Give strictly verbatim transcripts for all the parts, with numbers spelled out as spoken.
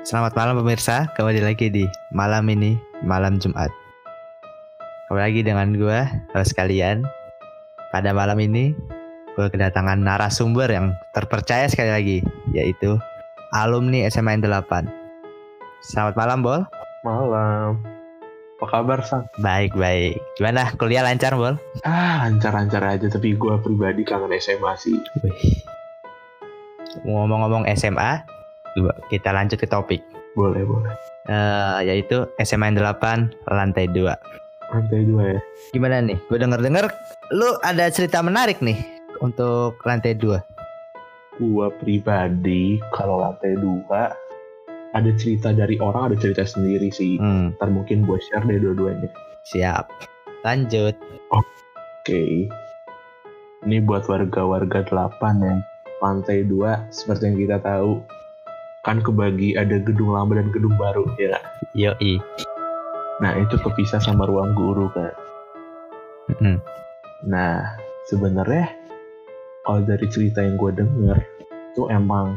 Selamat malam pemirsa, kembali lagi di malam ini, malam Jumat. Kembali lagi dengan gue, host kalian. Pada malam ini, gue kedatangan narasumber yang terpercaya sekali lagi, yaitu alumni S M A N delapan. Selamat malam, Bol. Malam. Apa kabar, Sang? Baik-baik. Gimana, kuliah lancar, Bol? Ah, lancar-lancar aja, tapi gue pribadi kangen S M A sih. Wih. Ngomong-ngomong S M A, kita lanjut ke topik. Boleh, boleh. Uh, yaitu S M A N delapan lantai dua. Lantai dua ya. Gimana nih? Gue denger-denger lu ada cerita menarik nih untuk lantai dua. Gue pribadi kalau lantai dua ada cerita dari orang, ada cerita sendiri sih. Hmm. Ntar mungkin gue share deh dua-duanya. Siap. Lanjut. Oke. Okay. Ini buat warga-warga delapan ya. Lantai dua seperti yang kita tahu kan kebagi ada gedung lama dan gedung baru ya. Yoi. Nah itu kepisah sama ruang guru kan. Mm-hmm. Nah sebenarnya kalau dari cerita yang gue denger itu emang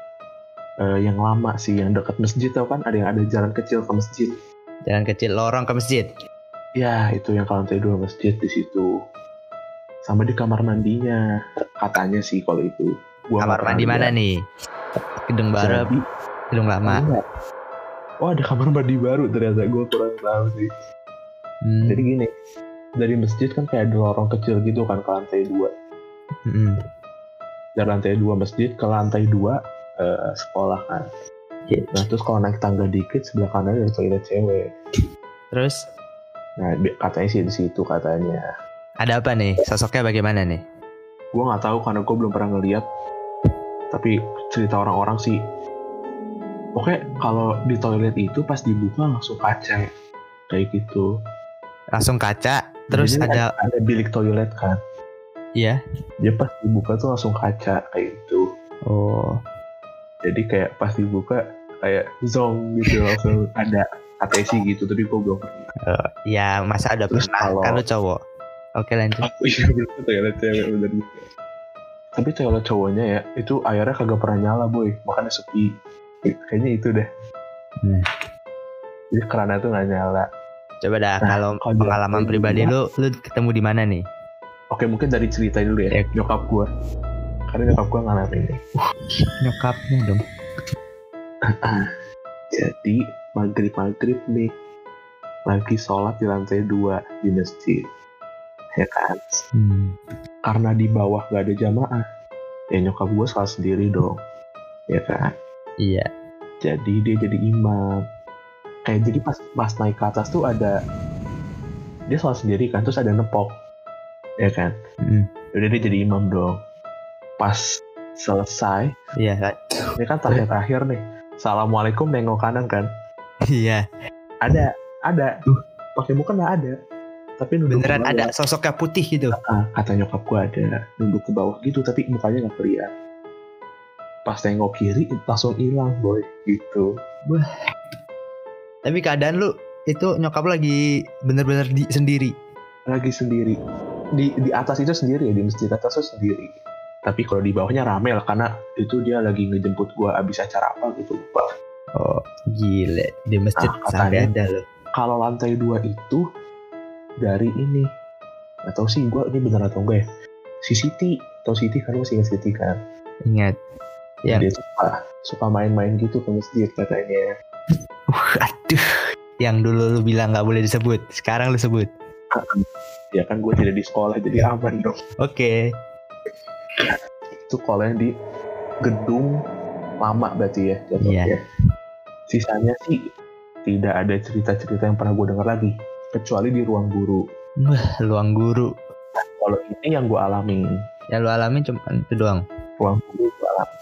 uh, yang lama sih, yang dekat masjid tau kan, ada yang ada jalan kecil ke masjid. Jalan kecil lorong ke masjid. Ya itu yang ke lantai dua masjid di situ. Sama di kamar mandinya katanya sih kalau itu. Gua kamar mandi mana nih? Gedung baru, jadi, gedung lama. Enggak. Oh ada kamar mandi baru ternyata, gue kurang tahu sih. Hmm. Jadi gini, dari masjid kan kayak ada lorong kecil gitu kan ke lantai dua. Hmm. Dari lantai dua masjid ke lantai dua uh, sekolah kan. Yeah. Nah terus kalau naik tangga dikit sebelah kanan ada toilet cewek. Terus? Nah katanya sih di situ katanya. Ada apa nih? Sosoknya bagaimana nih? Gue nggak tahu karena gue belum pernah ngeliat. Tapi cerita orang-orang sih, pokoknya kalau di toilet itu pas dibuka langsung kaca kayak gitu. Langsung kaca, terus jadi ada ada bilik toilet kan? Iya. Dia pas dibuka tuh langsung kaca kayak gitu. Oh. Jadi kayak pas dibuka kayak zong gitu langsung ada A T C gitu, tapi gue belum pernah. Uh, ya masa ada terus pernah? Kalau... Kan lu cowok. Oke lanjut. Aku iya belum toilet cewek bener. Tapi toilet cowoknya ya, itu airnya kagak pernah nyala boy, makanya sepi. Kayaknya itu deh. Hmm. Jadi kerannya tuh nggak nyala. Coba dah, nah, kalau pengalaman pribadi lu, lu ketemu di mana nih? Oke, mungkin dari cerita dulu ya, ya. Nyokap gue. Karena nyokap gue ngalamin ini. Uh, nyokapnya dong. Jadi maghrib-maghrib nih, lagi sholat di lantai dua di masjid. Ya kan, hmm. karena di bawah gak ada jamaah, ya nyokap gue sholat sendiri dong, ya kan? Iya. Jadi dia jadi imam. Kayak jadi pas pas naik ke atas tuh ada, dia sholat sendiri kan, terus ada nepok, ya kan? Hmm. Udah dia jadi imam dong. Pas selesai, iya. Ini kan terakhir-terakhir nih, assalamualaikum nengok kanan kan? Iya. Ada, ada. Tuh, pakai muka nggak ada. Tapi nunduk beneran ada sosoknya putih gitu. Nah, kata nyokap gue ada nunduk ke bawah gitu, tapi mukanya nggak kelihatan. Pas tengok kiri langsung hilang boy gitu. Wah. Tapi keadaan lu itu nyokap lu lagi bener-bener di, sendiri. Lagi sendiri. Di di atas itu sendiri ya, di masjid atas itu sendiri. Tapi kalau di bawahnya rame lah karena itu dia lagi ngejemput gue abis acara apa gitu lupa. Oh gile, di masjid nah, sampai ada loh. Kalau lantai dua itu dari ini, nggak tahu sih gue ini benar atau enggak ya, si Siti, tau Siti kan, masih ingat Siti kan? Ingat. Ya. Dia suka suka main-main gitu ke masjid katanya. Uh, aduh, yang dulu lu bilang nggak boleh disebut, sekarang lu sebut. Ya kan gue tidak di sekolah jadi aman dong. Oke. Okay. Itu sekolahnya di gedung lama berarti ya jatuhnya. Yeah. Sisanya sih tidak ada cerita-cerita yang pernah gue dengar lagi. Kecuali di ruang guru. Wah, ruang guru. Nah, kalau ini yang gue alamin. Yang lu alamin cuma itu doang? Ruang guru gue alamin.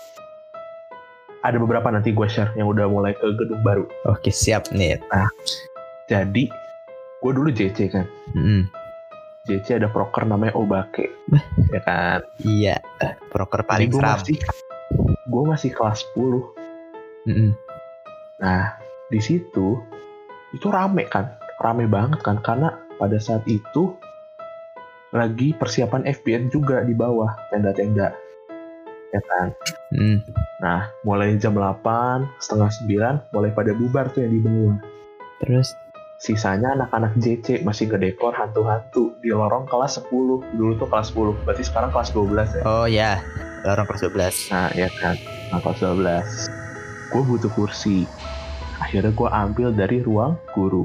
Ada beberapa nanti gue share yang udah mulai ke gedung baru. Oke, siap nih. Nah, jadi gue dulu J C kan. Mm-hmm. J C ada proker namanya Obake. Ya kan? Iya, proker paling seram. Gue masih kelas sepuluh. Mm-hmm. Nah, di situ itu rame kan. Rame banget kan, karena pada saat itu lagi persiapan F B N juga di bawah tenda-tenda. ya kan. Hmm. Nah mulai jam delapan setengah sembilan mulai pada bubar tuh yang di bengua. Terus sisanya anak-anak J C masih ngedekor hantu-hantu di lorong kelas sepuluh. Dulu tuh kelas sepuluh, berarti sekarang kelas dua belas ya. Oh ya, lorong kelas dua belas. Nah ya kan, nah, kelas dua belas. Gue butuh kursi. Akhirnya gue ambil dari ruang guru.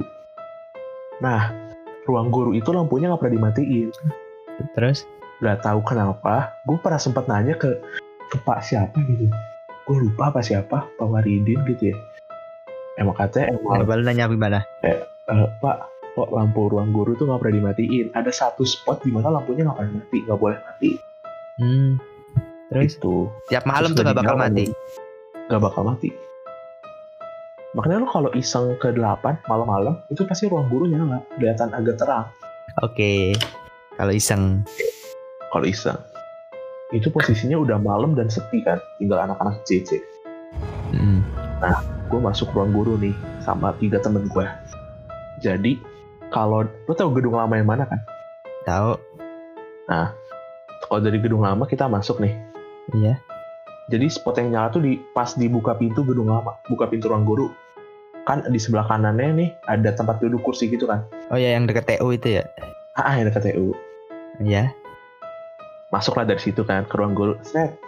Nah, ruang guru itu lampunya gak pernah dimatiin. Terus? Gak tahu kenapa, gue pernah sempat nanya ke, ke Pak siapa gitu. Gue lupa apa siapa, Pak Waridin gitu ya. Emang katanya emang... Coba lu nanya gimana? Eh, uh, Pak, kok lampu ruang guru tuh gak pernah dimatiin. Ada satu spot di mana lampunya gak pernah mati, gak boleh mati. Hmm. Terus? Itu. Tiap malam tuh gak bakal mati? Gak bakal mati. Makanya lo kalau iseng ke delapan malam-malam, itu pasti ruang guru nyala, kelihatan agak terang. Oke, okay. Kalau iseng. Kalau iseng. Itu posisinya udah malam dan sepi kan, tinggal anak-anak J C. Hmm. Nah, gue masuk ruang guru nih, sama tiga temen gue. Jadi, kalau, lo tau gedung lama yang mana kan? Tahu. Nah, kalau dari gedung lama kita masuk nih. Iya. Jadi spot yang nyala tuh di, pas dibuka pintu gedung lama, buka pintu ruang guru. Kan di sebelah kanannya nih ada tempat duduk kursi gitu kan. Oh ya, yang deket T U itu ya? Ah, yang deket T U. Iya. Masuklah dari situ kan ke ruang guru. Set.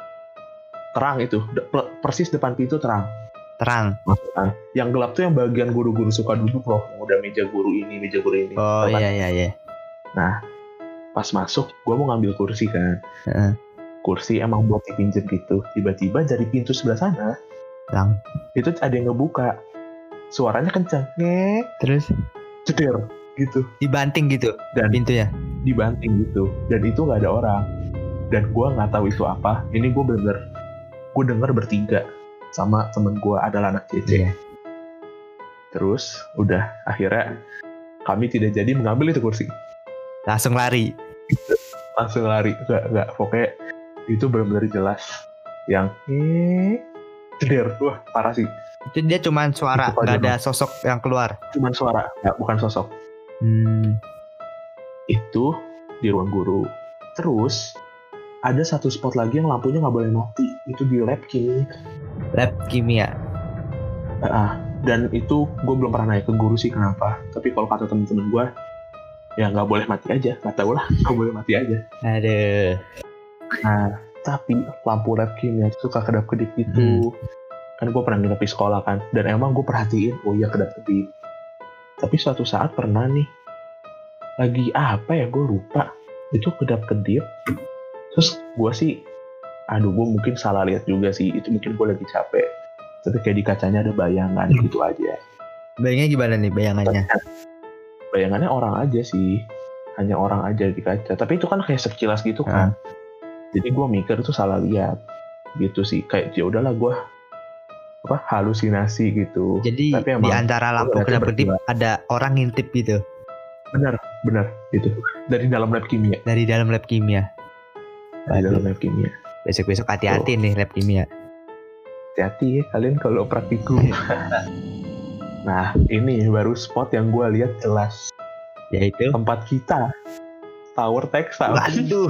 Terang itu, de- persis depan pintu terang. Terang. Masuk kan. Yang gelap tuh yang bagian guru-guru suka duduk loh. Yang udah meja guru ini, meja guru ini. Oh kan? iya iya iya. Nah, pas masuk, gue mau ngambil kursi kan. Uh-uh. Kursi emang buat dipinjem gitu. Tiba-tiba dari pintu sebelah sana, Lang. itu ada yang ngebuka. Suaranya kencang, ngek, terus ceder gitu, dibanting gitu dan pintunya, dibanting gitu, dan itu nggak ada orang, dan gue nggak tahu itu apa. Ini gue bener, gue denger bertiga sama temen gue adalah anak C C. Yeah. Terus udah akhirnya kami tidak jadi mengambil itu kursi, langsung lari, langsung lari, nggak nggak, pokoknya itu benar-benar jelas yang eh ceder, wah parah sih. Itu dia cuman suara, nggak ada sosok yang keluar. Cuman suara, nggak, bukan sosok. Hmm. Itu di ruang guru. Terus ada satu spot lagi yang lampunya nggak boleh mati. Itu di lab kimia. Lab kimia. Ah, dan itu gue belum pernah nanya ke guru sih kenapa. Tapi kalau kata temen-temen gue, ya nggak boleh mati aja. Nggak tahu lah, nggak boleh mati aja. Aduh. Nah, tapi lampu lab kimia suka kedap-kedip gitu. Hmm. Kan gue pernah nginep di sekolah kan, dan emang gue perhatiin, oh iya kedap-kedip. Tapi suatu saat pernah nih, lagi apa ya gue lupa, itu kedap-kedip. Terus gue sih, aduh gue mungkin salah lihat juga sih, itu mungkin gue lagi capek. Tapi kayak di kacanya ada bayangan gitu aja. Bayangannya gimana nih bayangannya? Bayangannya orang aja sih, hanya orang aja di kaca. Tapi itu kan kayak sekilas gitu kan. Hmm. Jadi gue mikir itu salah lihat, gitu sih. Kayak ya udahlah gue apa halusinasi gitu. Jadi tapi di antara lampu kedap-kedip ada orang ngintip gitu. Benar, benar gitu. Dari dalam lab kimia. Dari dalam lab kimia. Dari dalam lab kimia. Besok-besok hati-hati oh. nih lab kimia. Hati-hati ya kalian kalau praktikum. Nah, ini baru spot yang gue lihat jelas. Yaitu tempat kita. Tower Tech Sound. Waduh.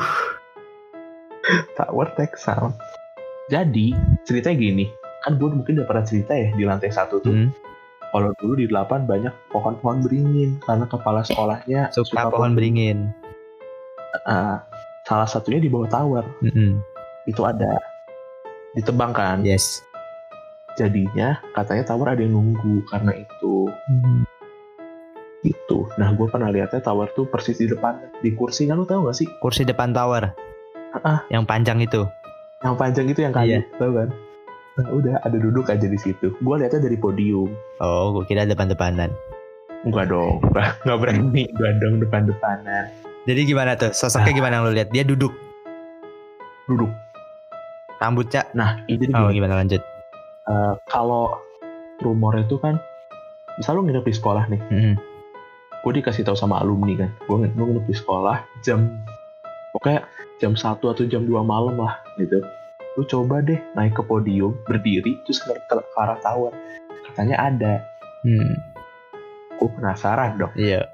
Tower Tech Sound. Jadi, ceritanya gini. Kan gue mungkin udah pernah cerita ya di lantai satu tuh. Hmm. Kalau dulu di delapan banyak pohon-pohon beringin karena kepala sekolahnya suka, suka pohon beringin. Uh, salah satunya di bawah tower. Mm-hmm. Itu ada ditebang kan. Yes. Jadinya katanya tower ada yang nunggu karena itu. Mm-hmm. Itu. Nah gue pernah lihatnya tower tuh persis di depan di kursinya, lu tahu gak sih? Kursi depan tower. Uh-uh. Yang panjang itu. Yang panjang itu yang kayu, yeah. Tahu kan? Nah, udah ada duduk aja di situ. Gue lihatnya dari podium. Oh, gue kira depan-depanan. Enggak dong, nggak berani. Enggak dong depan-depanan. Jadi gimana tuh? Sosoknya nah. Gimana yang lo lihat? Dia duduk. Duduk. Rambutnya. Nah, ini oh, gimana lanjut? Uh, kalau rumor itu kan, misal lo nginep di sekolah nih. Mm-hmm. Gue dikasih tahu sama alumni kan. Gue nginep di sekolah jam, pokoknya jam satu atau jam dua malam lah gitu. Lu coba deh naik ke podium, berdiri, terus ke, ke, ke arah tower. Katanya ada. Hmm. Gue penasaran dong. Iya.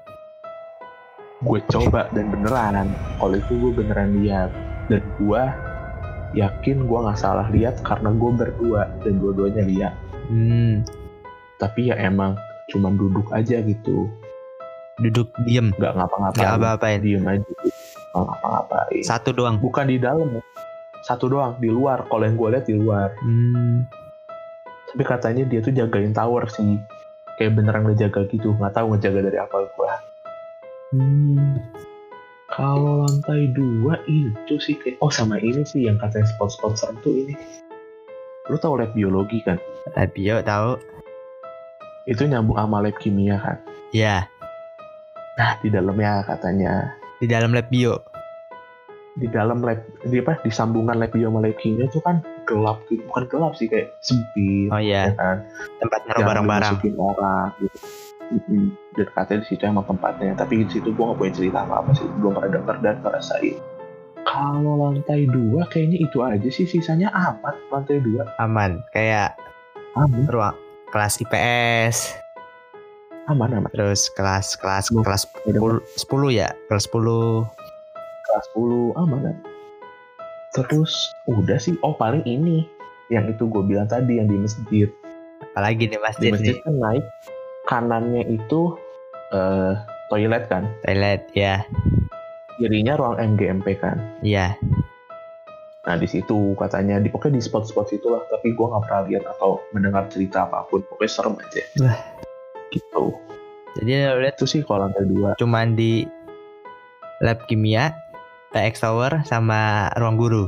Gue coba dan beneran. Kalau itu gue beneran lihat. Dan gue yakin gue nggak salah lihat karena gue berdua dan dua-duanya lihat. Hmm. Tapi ya emang cuman duduk aja gitu. Duduk diem. Nggak ngapa-ngapain. Nggak apa-apain. Diem aja. Nggak ngapa-ngapain. Satu doang. Bukan di dalam ya. Satu doang di luar. Kalau yang gue lihat di luar. Hmm. Tapi katanya dia tuh jagain tower sih. Kayak beneran ngejaga gitu. Nggak tahu ngejaga dari apa gue. Hmm. Kalau lantai dua itu sih kayak, oh sama ini sih yang katanya spot-spot serem tuh ini. Lu tau lab biologi kan? Lab bio tahu. Itu nyambung sama lab kimia kan? Ya. Nah di dalamnya katanya. Di dalam lab bio. Di dalam lab, di apa? Di sambungan lab bio sama lab kimia itu kan gelap gitu. Bukan gelap sih, kayak sempit. Oh iya. Ya kan? Tempat naruh barang-barang. Jangan dimasukin orang gitu. Mm-hmm. Dan katanya di situ emang tempatnya, tapi di situ gue nggak punya cerita apa apa sih, belum pernah denger dan ngerasain. Kalau lantai dua kayaknya itu aja sih, sisanya aman. Lantai dua aman, kayak aman. Ruang kelas I P S aman aman. Terus kelas kelas Loh, kelas sepuluh ya, kelas sepuluh kelas sepuluh aman kan? Terus udah sih, oh paling ini yang itu gue bilang tadi yang di masjid. Apalagi di masjid, di masjid nih. Kan naik kanannya itu uh, toilet kan? Toilet ya. Kirinya ruang M G M P kan? Iya. Nah di situ katanya, di pokoknya di spot-spot situlah. Tapi gue nggak pernah lihat atau mendengar cerita apapun. Pokoknya serem aja. Wah. Gitu. Jadi lihat itu sih kalau lantai dua. Cuman di lab kimia, T X Tower, sama ruang guru.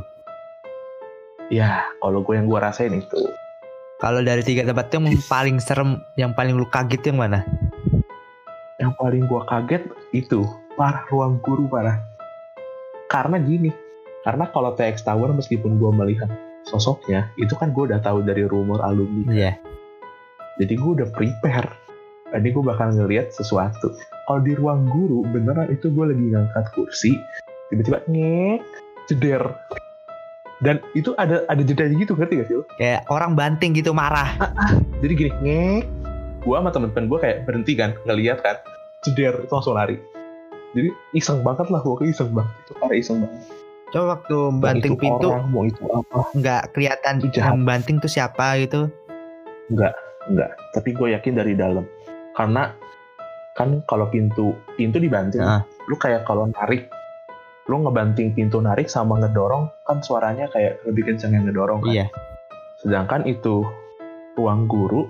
Ya, kalau gue yang gue rasain itu. Kalau dari tiga tempat itu yang paling serem, yang paling lu kaget yang mana? Yang paling gue kaget itu parah, ruang guru parah. Karena gini, karena kalau T X Tower meskipun gue melihat sosoknya, itu kan gue udah tahu dari rumor alumni. Iya. Yeah. Jadi gue udah prepare. Ini gue bakal ngelihat sesuatu. Kalau di ruang guru, beneran itu gue lagi ngangkat kursi, tiba-tiba ngek, ceder. Dan itu ada ada jeda gitu, ngerti gak sih lo? Kayak orang banting gitu, marah. Ah, ah. Jadi gini, ngek. Gue sama temen-temen gue kayak berhenti kan, ngeliat kan, ceder, itu langsung lari. Jadi iseng banget lah, gue iseng banget. Itu parah iseng banget. Coba waktu banting pintu, orang, mau itu apa? Nggak kelihatan yang banting tuh siapa gitu? Nggak, nggak. Tapi gue yakin dari dalam. Karena kan kalau pintu pintu dibanting, nah. Lu kayak kalau narik, lu ngebanting pintu narik sama ngedorong, kan suaranya kayak lebih kenceng yang ngedorong kan. Iya. Sedangkan itu ruang guru,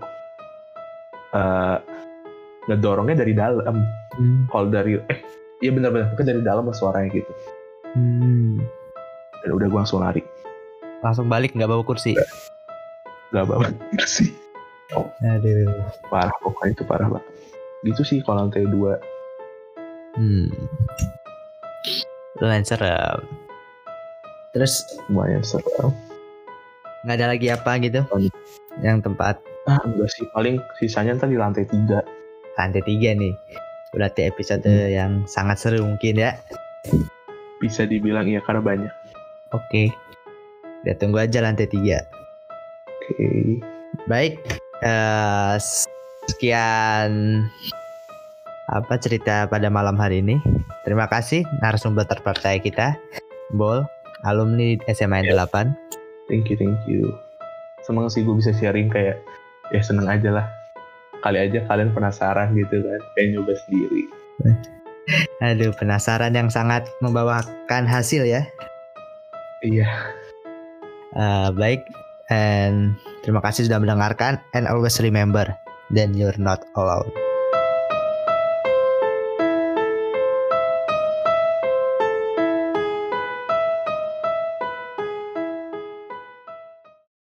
uh, ngedorongnya dari dalam. Hmm. Kalau dari eh iya benar-benar kan dari dalam suaranya gitu. Hmm. Dan udah gue langsung lari. Langsung balik, nggak bawa kursi? Nggak bawa kursi. Oh. Aduh. Parah, pokoknya itu parah banget. Gitu sih kalau lantai dua. Hmm. Lumayan serem. Terus lumayan serem. Nggak ada lagi apa gitu? Oh. Yang tempat? Ah enggak sih, paling sisanya ntar di lantai tiga. Lantai tiga nih. Berarti episode hmm. yang sangat seru mungkin ya. Bisa dibilang iya karena banyak. Oke. Kita tunggu aja lantai tiga. Oke. Baik. Uh, sekian apa cerita pada malam hari ini. Terima kasih narasumber terpercaya kita, Bol, alumni S M A N delapan. Thank you, thank you. Senang sih gue bisa sharing, kayak ya seneng aja lah. Kali aja kalian penasaran gitu kan, pengen nyoba sendiri. Aduh, penasaran yang sangat membawakan hasil ya. Iya. Uh, baik, and terima kasih sudah mendengarkan, and always remember, then you're not alone.